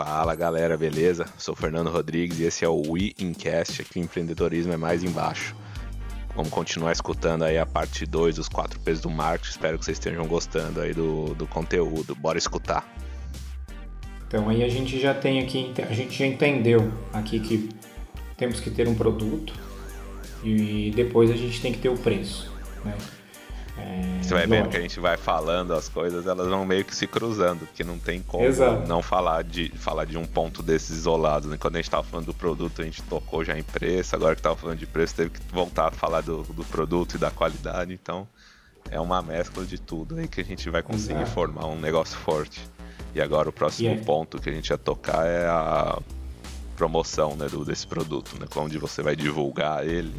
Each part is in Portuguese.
Fala galera, beleza? Sou Fernando Rodrigues e esse é o We Incast, aqui o empreendedorismo é mais embaixo. Vamos continuar escutando aí a parte 2 dos 4 P's do marketing, espero que vocês estejam gostando aí do conteúdo, bora escutar. Então aí a gente já tem aqui, a gente já entendeu aqui que temos que ter um produto e depois a gente tem que ter o preço, né? Você vai vendo que a gente vai falando as coisas, elas vão meio que se cruzando, porque não tem como Exato. não falar de um ponto desses isolados, né? Quando a gente estava falando do produto, a gente tocou já em preço, agora que estava falando de preço, teve que voltar a falar do produto e da qualidade, então é uma mescla de tudo aí que a gente vai conseguir Exato. formar um negócio forte. E agora o próximo ponto que a gente ia tocar é a promoção, né, desse produto, né? Onde você vai divulgar ele.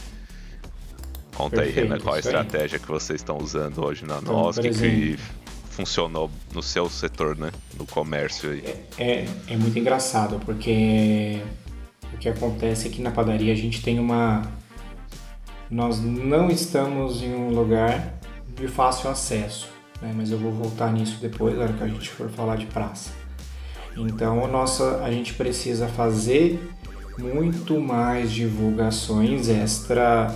Conta Perfeito, aí, Renan, qual a isso aí. estratégia que vocês estão usando hoje na Então, nós, por que exemplo, funcionou no seu setor, né? No comércio aí. é muito engraçado, porque o que acontece é que na padaria a gente tem nós não estamos em um lugar de fácil acesso, né? Mas eu vou voltar nisso depois, na hora que a gente for falar de praça. Então a gente precisa fazer muito mais divulgações extra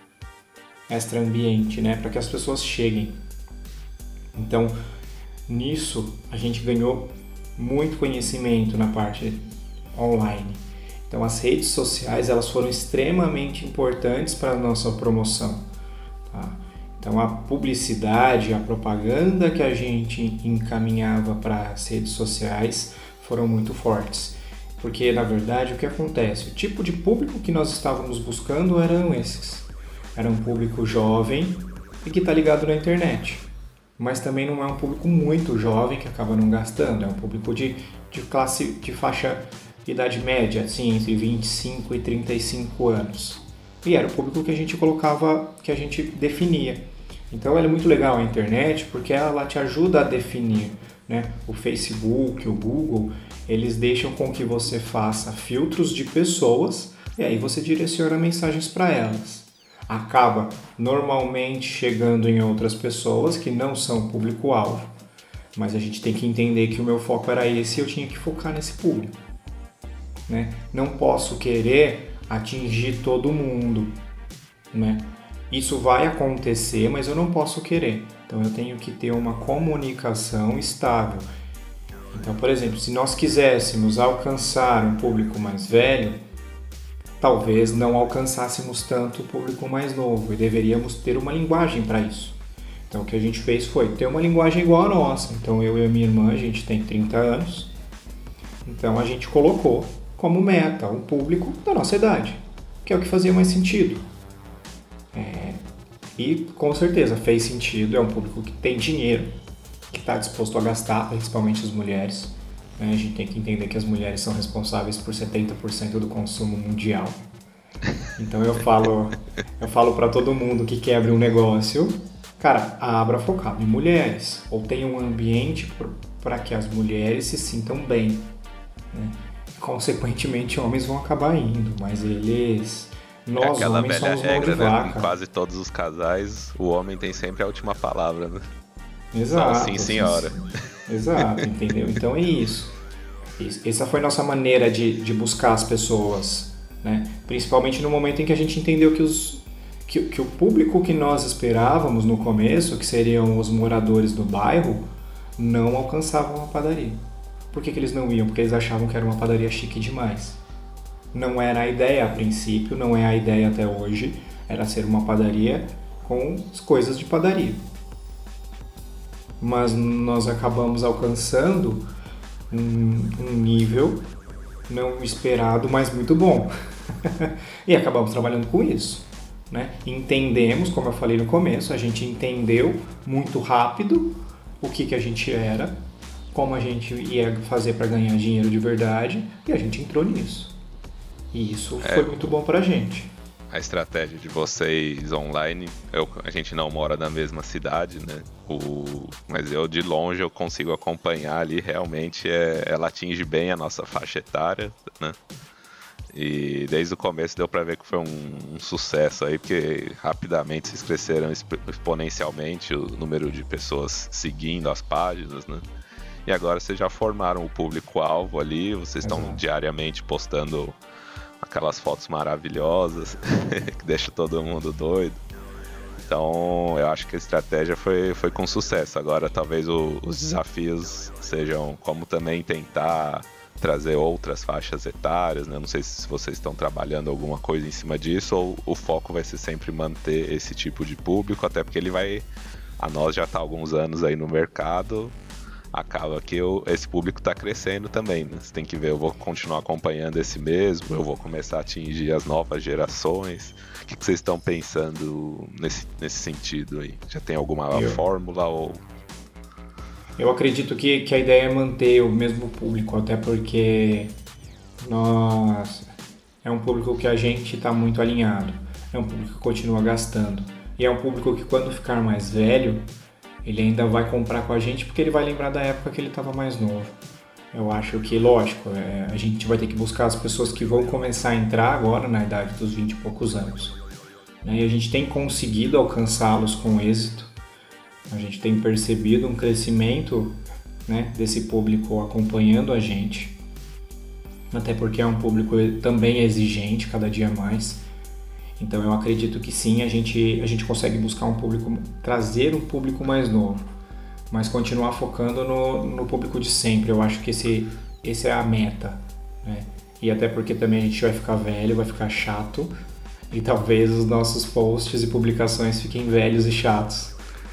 ambiente, né, para que as pessoas cheguem. Então, nisso a gente ganhou muito conhecimento na parte online. Então, as redes sociais elas foram extremamente importantes para a nossa promoção, tá? Então, a publicidade, a propaganda que a gente encaminhava para as redes sociais foram muito fortes. Porque, na verdade, o que acontece? O tipo de público que nós estávamos buscando eram esses. Era um público jovem e que está ligado na internet. Mas também não é um público muito jovem que acaba não gastando. É um público de classe, de faixa de idade média, assim, entre 25 e 35 anos. E era o público que a gente colocava, que a gente definia. Então ela é muito legal a internet porque ela te ajuda a definir, né? O Facebook, o Google, eles deixam com que você faça filtros de pessoas e aí você direciona mensagens para elas. Acaba normalmente chegando em outras pessoas que não são público-alvo, mas a gente tem que entender que o meu foco era esse e eu tinha que focar nesse público, né? Não posso querer atingir todo mundo, né? Isso vai acontecer, mas eu não posso querer. Então eu tenho que ter uma comunicação estável. Então, por exemplo, se nós quiséssemos alcançar um público mais velho, talvez não alcançássemos tanto o público mais novo e deveríamos ter uma linguagem para isso. Então o que a gente fez foi ter uma linguagem igual a nossa. Então eu e a minha irmã, a gente tem 30 anos, então a gente colocou como meta um público da nossa idade, que é o que fazia mais sentido. E com certeza fez sentido, é um público que tem dinheiro, que está disposto a gastar, principalmente as mulheres. A gente tem que entender que as mulheres são responsáveis por 70% do consumo mundial. Então eu falo para todo mundo que quer abrir um negócio, cara, abra focado em mulheres, ou tenha um ambiente para que as mulheres se sintam bem, né? Consequentemente, homens vão acabar indo, mas nós Aquela homens velha somos mão de regra, né? Em vaca. quase todos os casais, o homem tem sempre a última palavra, né? Só Exato. sim, senhora. Exato, entendeu? Então é isso. Essa foi a nossa maneira de buscar as pessoas, né? Principalmente no momento em que a gente entendeu que o público que nós esperávamos no começo, que seriam os moradores do bairro, não alcançavam a padaria. Por que eles não iam? Porque eles achavam que era uma padaria chique demais. Não era a ideia a princípio, não é a ideia até hoje, era ser uma padaria com as coisas de padaria. Mas nós acabamos alcançando um nível não esperado, mas muito bom. E acabamos trabalhando com isso, né? Entendemos, como eu falei no começo, a gente entendeu muito rápido o que a gente era, como a gente ia fazer para ganhar dinheiro de verdade, e a gente entrou nisso. E isso foi muito bom pra gente. A estratégia de vocês online, a gente não mora na mesma cidade, né? Mas eu de longe eu consigo acompanhar ali, realmente ela atinge bem a nossa faixa etária, né? E desde o começo deu pra ver que foi um sucesso aí, porque rapidamente vocês cresceram exponencialmente o número de pessoas seguindo as páginas, né? e agora vocês já formaram o público-alvo ali, vocês estão Exato. diariamente postando aquelas fotos maravilhosas que deixa todo mundo doido. Então, eu acho que a estratégia foi com sucesso. Agora, talvez os desafios sejam como também tentar trazer outras faixas etárias, né? Não sei se vocês estão trabalhando alguma coisa em cima disso ou o foco vai ser sempre manter esse tipo de público, até porque ele vai... A nós já está há alguns anos aí no mercado, acaba que esse público está crescendo também, né? Você tem que ver, eu vou continuar acompanhando esse mesmo, eu vou começar a atingir as novas gerações. O que vocês estão pensando nesse sentido aí? Já tem alguma Eu, fórmula ou... eu acredito que a ideia é manter o mesmo público, até porque nós é um público que a gente está muito alinhado, é um público que continua gastando e é um público que quando ficar mais velho ele ainda vai comprar com a gente porque ele vai lembrar da época que ele estava mais novo. Eu acho que, lógico, a gente vai ter que buscar as pessoas que vão começar a entrar agora na idade dos 20 e poucos anos. Né? E a gente tem conseguido alcançá-los com êxito. A gente tem percebido um crescimento, né, desse público acompanhando a gente. Até porque é um público também exigente cada dia mais. Então eu acredito que sim, a gente consegue buscar um público, trazer um público mais novo, mas continuar focando no público de sempre. Eu acho que esse é a meta, né? E até porque também a gente vai ficar velho, vai ficar chato, e talvez os nossos posts e publicações fiquem velhos e chatos.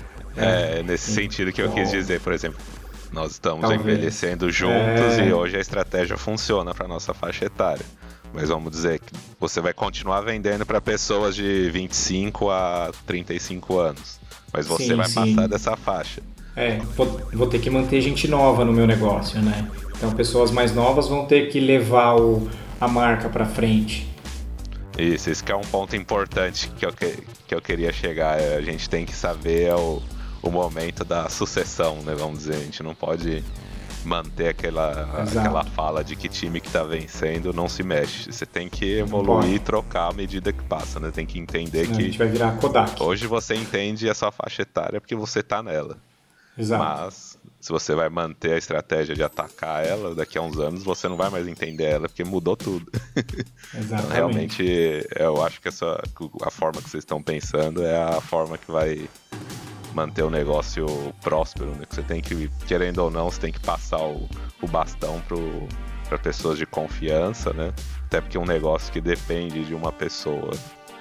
É nesse sentido que eu quis Então, dizer, por exemplo, nós estamos talvez. envelhecendo juntos e hoje a estratégia funciona para nossa faixa etária. Mas vamos dizer que você vai continuar vendendo para pessoas de 25 a 35 anos. Mas você Sim, vai passar sim. dessa faixa. Vou ter que manter gente nova no meu negócio, né? Então pessoas mais novas vão ter que levar a marca para frente. Isso, esse que é um ponto importante que eu queria chegar. A gente tem que saber o momento da sucessão, né? Vamos dizer, a gente não pode manter aquela Exato. fala de que time que tá vencendo não se mexe. Você tem que Não pode. evoluir e trocar à medida que passa, né? Tem que entender Senão a que gente vai virar Kodak. hoje você entende a sua faixa etária porque você tá nela. Exato. Mas se você vai manter a estratégia de atacar ela, daqui a uns anos você não vai mais entender ela porque mudou tudo. Então, Exatamente. realmente, eu acho que a forma que vocês estão pensando é a forma que vai manter o negócio próspero, né? Que você tem que, querendo ou não, você tem que passar o bastão para pessoas de confiança, né? Até porque um negócio que depende de uma pessoa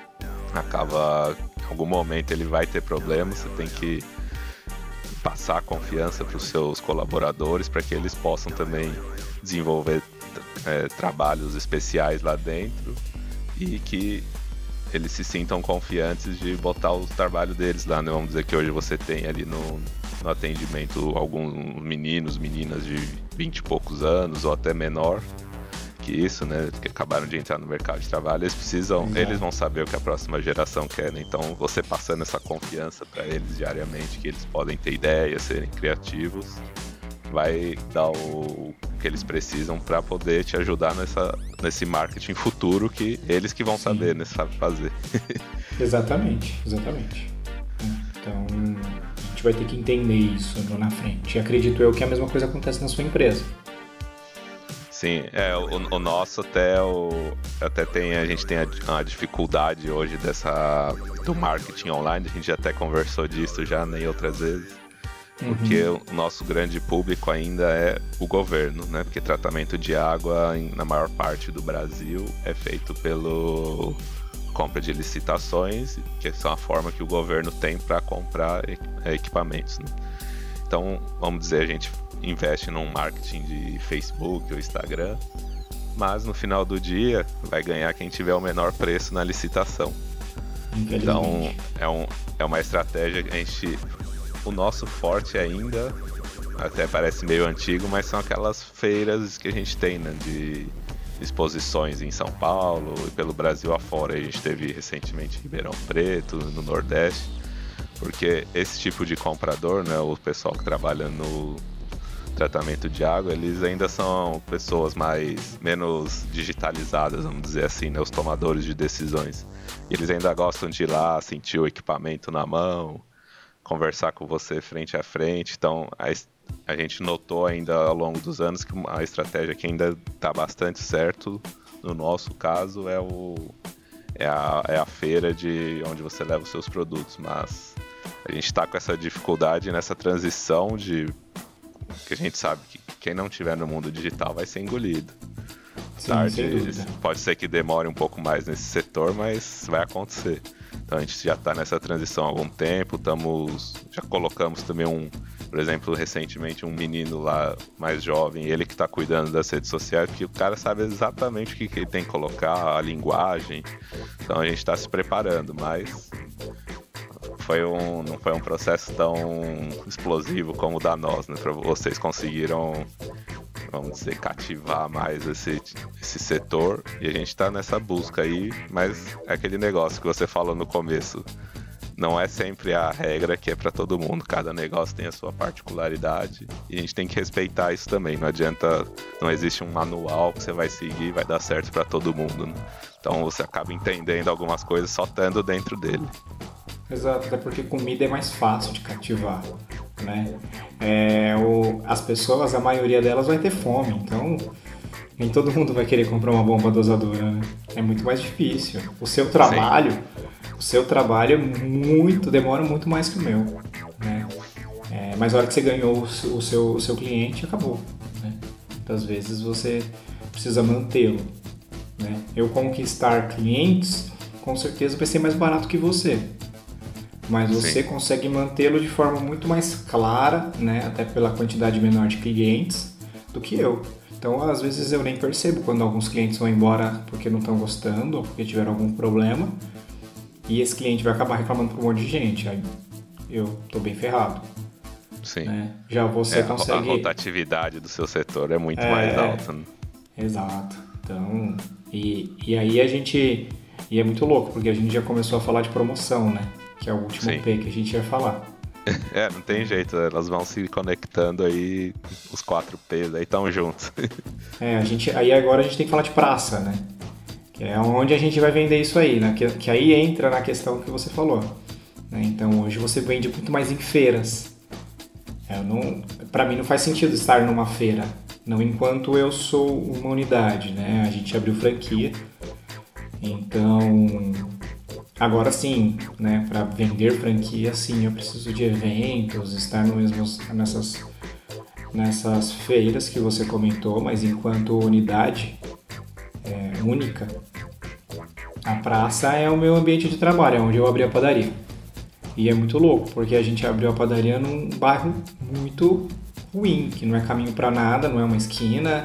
acaba, em algum momento ele vai ter problemas, você tem que passar a confiança para os seus colaboradores para que eles possam também desenvolver trabalhos especiais lá dentro e que eles se sintam confiantes de botar o trabalho deles lá, né? Vamos dizer que hoje você tem ali no atendimento alguns meninos, meninas de 20 e poucos anos ou até menor que isso, né? Que acabaram de entrar no mercado de trabalho, eles vão saber o que a próxima geração quer, né? Então você passando essa confiança para eles diariamente, que eles podem ter ideias, serem criativos, vai dar o que eles precisam para poder te ajudar nesse marketing futuro que eles que vão saber, né? Sabe fazer. Exatamente, exatamente. Então a gente vai ter que entender isso na frente. E acredito eu que a mesma coisa acontece na sua empresa. Sim, o nosso até tem, a gente tem a dificuldade hoje do marketing online, a gente já até conversou disso já nem outras vezes, porque o nosso grande público ainda é o governo, né? Porque tratamento de água na maior parte do Brasil é feito pelo compra de licitações, que são a forma que o governo tem para comprar equipamentos, né? Então, vamos dizer, a gente investe num marketing de Facebook ou Instagram, mas no final do dia vai ganhar quem tiver o menor preço na licitação. Então é uma estratégia que o nosso forte ainda, até parece meio antigo, mas são aquelas feiras que a gente tem, né, de exposições em São Paulo e pelo Brasil afora. A gente teve recentemente em Ribeirão Preto, no Nordeste, porque esse tipo de comprador, né, o pessoal que trabalha no tratamento de água, eles ainda são pessoas menos digitalizadas, vamos dizer assim, né, os tomadores de decisões. E eles ainda gostam de ir lá, sentir o equipamento na mão, conversar com você frente a frente. Então, a gente notou ainda ao longo dos anos que a estratégia que ainda está bastante certo, no nosso caso, é a feira de onde você leva os seus produtos, mas a gente está com essa dificuldade nessa transição que a gente sabe que quem não estiver no mundo digital vai ser engolido. Sim, sem dúvida. Pode ser que demore um pouco mais nesse setor, mas vai acontecer. Então a gente já está nessa transição há algum tempo, já colocamos também por exemplo, recentemente um menino lá mais jovem, ele que está cuidando das redes sociais, porque o cara sabe exatamente o que ele tem que colocar, a linguagem. Então a gente está se preparando, mas não foi um processo tão explosivo como o da nós, né? Vocês conseguiram, vamos dizer, cativar mais esse setor, e a gente está nessa busca aí, mas é aquele negócio que você falou no começo. Não é sempre a regra que é para todo mundo. Cada negócio tem a sua particularidade e a gente tem que respeitar isso também. Não adianta, não existe um manual que você vai seguir e vai dar certo para todo mundo, né? Então você acaba entendendo algumas coisas só estando dentro dele. Exato, até porque comida é mais fácil de cativar, né? As pessoas, a maioria delas vai ter fome, então nem todo mundo vai querer comprar uma bomba dosadora, né? É muito mais difícil. O seu trabalho demora muito mais que o meu, né? Mas a hora que você ganhou o seu cliente, acabou, né? Muitas vezes você precisa mantê-lo, né? Eu conquistar clientes, com certeza vai ser mais barato que você. Mas você consegue mantê-lo de forma muito mais clara, né? Até pela quantidade menor de clientes do que eu. Então, às vezes eu nem percebo quando alguns clientes vão embora porque não estão gostando ou porque tiveram algum problema. E esse cliente vai acabar reclamando para um monte de gente. Aí eu tô bem ferrado. Sim. Né? Já você consegue... A rotatividade do seu setor é muito mais alta. Né? Exato. Então, e aí a gente... E é muito louco, porque a gente já começou a falar de promoção, né? Que é o último P que a gente ia falar. Não tem jeito, elas vão se conectando aí, os 4 P's aí estão juntos. Aí agora a gente tem que falar de praça, né? Que é onde a gente vai vender isso aí, né? Que aí entra na questão que você falou. Né? Então hoje você vende muito mais em feiras. Para mim não faz sentido estar numa feira, não enquanto eu sou uma unidade, né? A gente abriu franquia, então... Agora sim, né, para vender franquia, sim, eu preciso de eventos, estar nessas feiras que você comentou, mas enquanto unidade única, a praça é o meu ambiente de trabalho, é onde eu abri a padaria. E é muito louco, porque a gente abriu a padaria num bairro muito ruim, que não é caminho para nada, não é uma esquina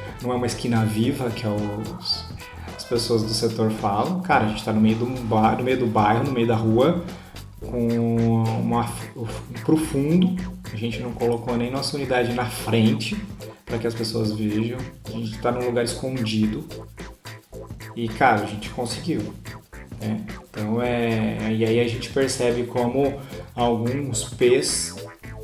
viva, que é as pessoas do setor falam. Cara, a gente está no meio do bairro, no meio da rua, com pro fundo. A gente não colocou nem nossa unidade na frente para que as pessoas vejam. A gente está num lugar escondido. E, cara, a gente conseguiu. Né? Então, e aí a gente percebe como alguns P's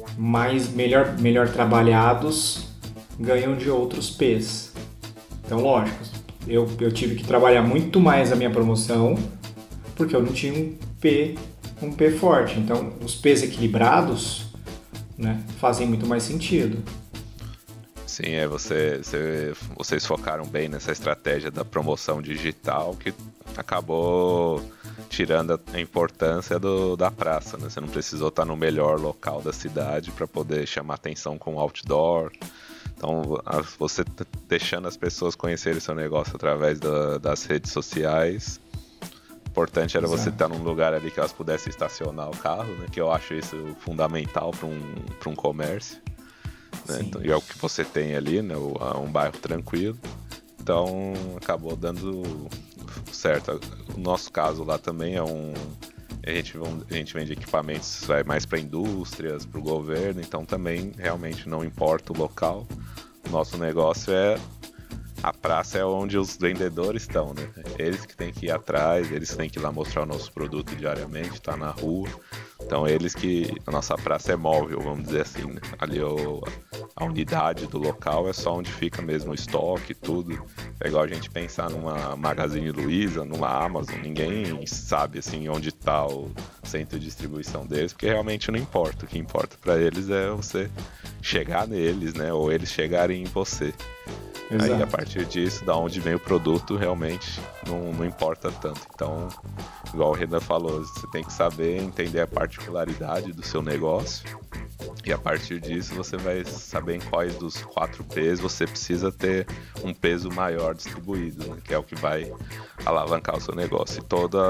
melhor trabalhados ganham de outros P's. Então, lógico, eu tive que trabalhar muito mais a minha promoção porque eu não tinha um P forte. Então, os P's equilibrados, né, fazem muito mais sentido. Sim, vocês focaram bem nessa estratégia da promoção digital que acabou tirando a importância da praça, né? Você não precisou estar no melhor local da cidade para poder chamar atenção com outdoor. Então, você deixando as pessoas conhecerem seu negócio através das redes sociais. O importante era você estar num lugar ali que elas pudessem estacionar o carro, né? Que eu acho isso fundamental para um comércio. Né? Então, e é o que você tem ali, né? Um bairro tranquilo. Então, acabou dando certo. O nosso caso lá também a gente vende equipamentos mais para indústrias, para o governo, então também realmente não importa o local. O nosso negócio a praça é onde os vendedores estão, né? Eles que têm que ir atrás, eles que têm que ir lá mostrar o nosso produto diariamente, estar na rua. Então a nossa praça é móvel, vamos dizer assim, né? Ali A unidade do local é só onde fica mesmo o estoque, tudo. É igual a gente pensar numa Magazine Luiza, numa Amazon, ninguém sabe assim onde está o centro de distribuição deles, porque realmente não importa. O que importa para eles é você chegar neles, né? Ou eles chegarem em você. Exato. Aí a partir disso, da onde vem o produto, realmente não importa tanto. Então, igual o Renan falou, você tem que saber entender a particularidade do seu negócio. E a partir disso você vai saber em quais dos 4 P's você precisa ter um peso maior distribuído, né? Que é o que vai alavancar o seu negócio. E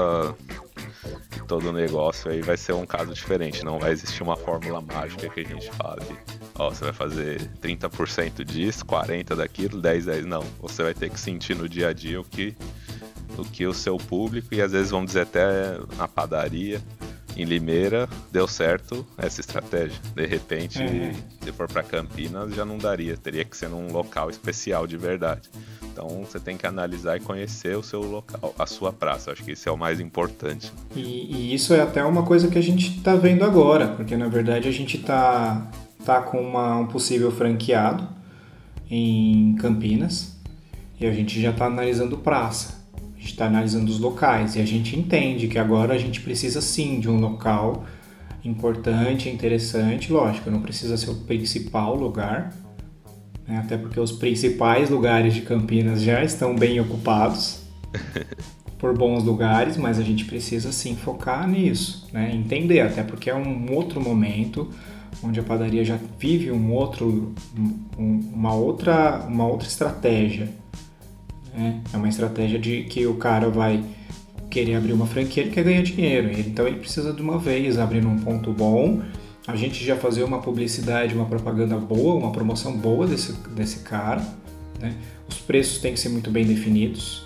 todo negócio aí vai ser um caso diferente. Não vai existir uma fórmula mágica que a gente fala de, ó, você vai fazer 30% disso, 40% daquilo, 10%. Não, você vai ter que sentir no dia a dia o que o seu público, e às vezes vamos dizer até na padaria, em Limeira, deu certo essa estratégia. De repente, se for para Campinas, já não daria. Teria que ser num local especial de verdade. Então, você tem que analisar e conhecer o seu local, a sua praça. Acho que isso é o mais importante. E isso é até uma coisa que a gente está vendo agora, porque na verdade a gente tá com um possível franqueado em Campinas e a gente já está analisando praça. A gente está analisando os locais e a gente entende que agora a gente precisa sim de um local importante, interessante. Lógico, não precisa ser o principal lugar, né? Até porque os principais lugares de Campinas já estão bem ocupados por bons lugares, mas a gente precisa sim focar nisso, né? Entender, até porque é um outro momento onde a padaria já vive uma outra estratégia. É uma estratégia de que o cara vai querer abrir uma franquia, ele quer ganhar dinheiro, então ele precisa de uma vez abrir num ponto bom, a gente já fazer uma publicidade, uma propaganda boa, uma promoção boa desse cara, né? Os preços têm que ser muito bem definidos,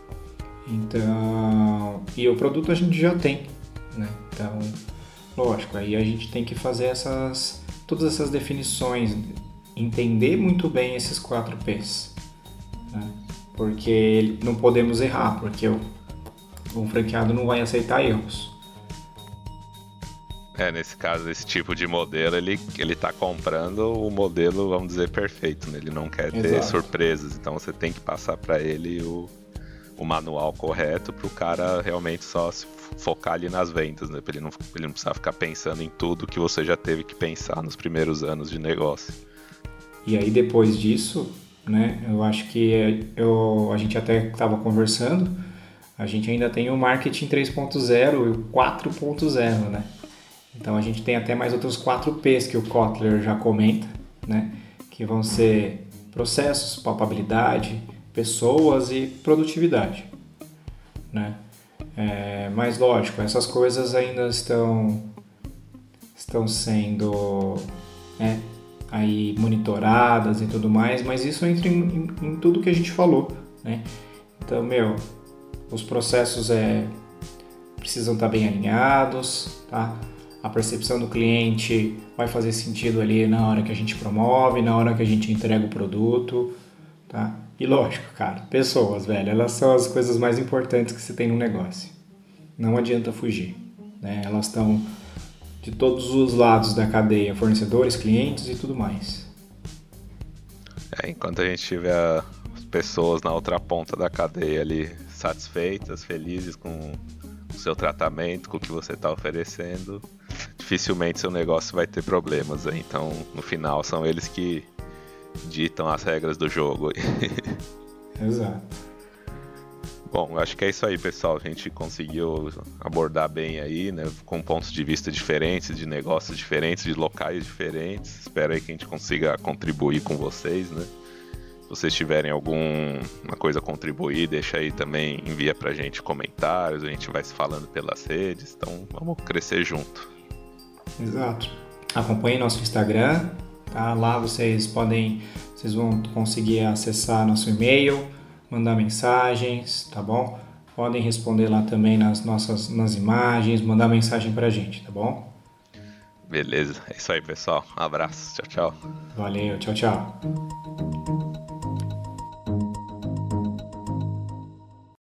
então, e o produto a gente já tem, né? Então, lógico, aí a gente tem que fazer todas essas definições, entender muito bem esses 4 P's, né? Porque não podemos errar, porque o franqueado não vai aceitar erros. Nesse caso, esse tipo de modelo, ele tá comprando o modelo, vamos dizer, perfeito, né? Ele não quer ter surpresas, então você tem que passar para ele o manual correto para o cara realmente só se focar ali nas vendas, né? Para ele não precisar ficar pensando em tudo que você já teve que pensar nos primeiros anos de negócio. E aí depois disso, né, eu acho que a gente até estava conversando, a gente ainda tem o marketing 3.0 e o 4.0, né? Então a gente tem até mais outros 4 P's que o Kotler já comenta, né? Que vão ser processos, palpabilidade, pessoas e produtividade, né? Mas lógico, essas coisas ainda estão sendo, né, aí monitoradas e tudo mais, mas isso entra em tudo que a gente falou, né? Então, os processos precisam estar bem alinhados, tá? A percepção do cliente vai fazer sentido ali na hora que a gente promove, na hora que a gente entrega o produto, tá? E lógico, cara, pessoas, velho, elas são as coisas mais importantes que você tem no negócio. Não adianta fugir, né? Elas estão de todos os lados da cadeia, fornecedores, clientes e tudo mais. Enquanto a gente tiver as pessoas na outra ponta da cadeia ali satisfeitas, felizes com o seu tratamento, com o que você está oferecendo, dificilmente seu negócio vai ter problemas. Então, no final, são eles que ditam as regras do jogo. Exato. Bom, acho que é isso aí, pessoal. A gente conseguiu abordar bem aí, né? Com pontos de vista diferentes, de negócios diferentes, de locais diferentes. Espero aí que a gente consiga contribuir com vocês, né? Se vocês tiverem alguma coisa a contribuir, deixa aí também, envia pra gente comentários, a gente vai se falando pelas redes. Então, vamos crescer junto. Exato. Acompanhe nosso Instagram, tá? Lá vocês vão conseguir acessar nosso e-mail, mandar mensagens, tá bom? Podem responder lá também nas imagens, mandar mensagem pra gente, tá bom? Beleza, é isso aí, pessoal. Um abraço, tchau, tchau. Valeu, tchau, tchau.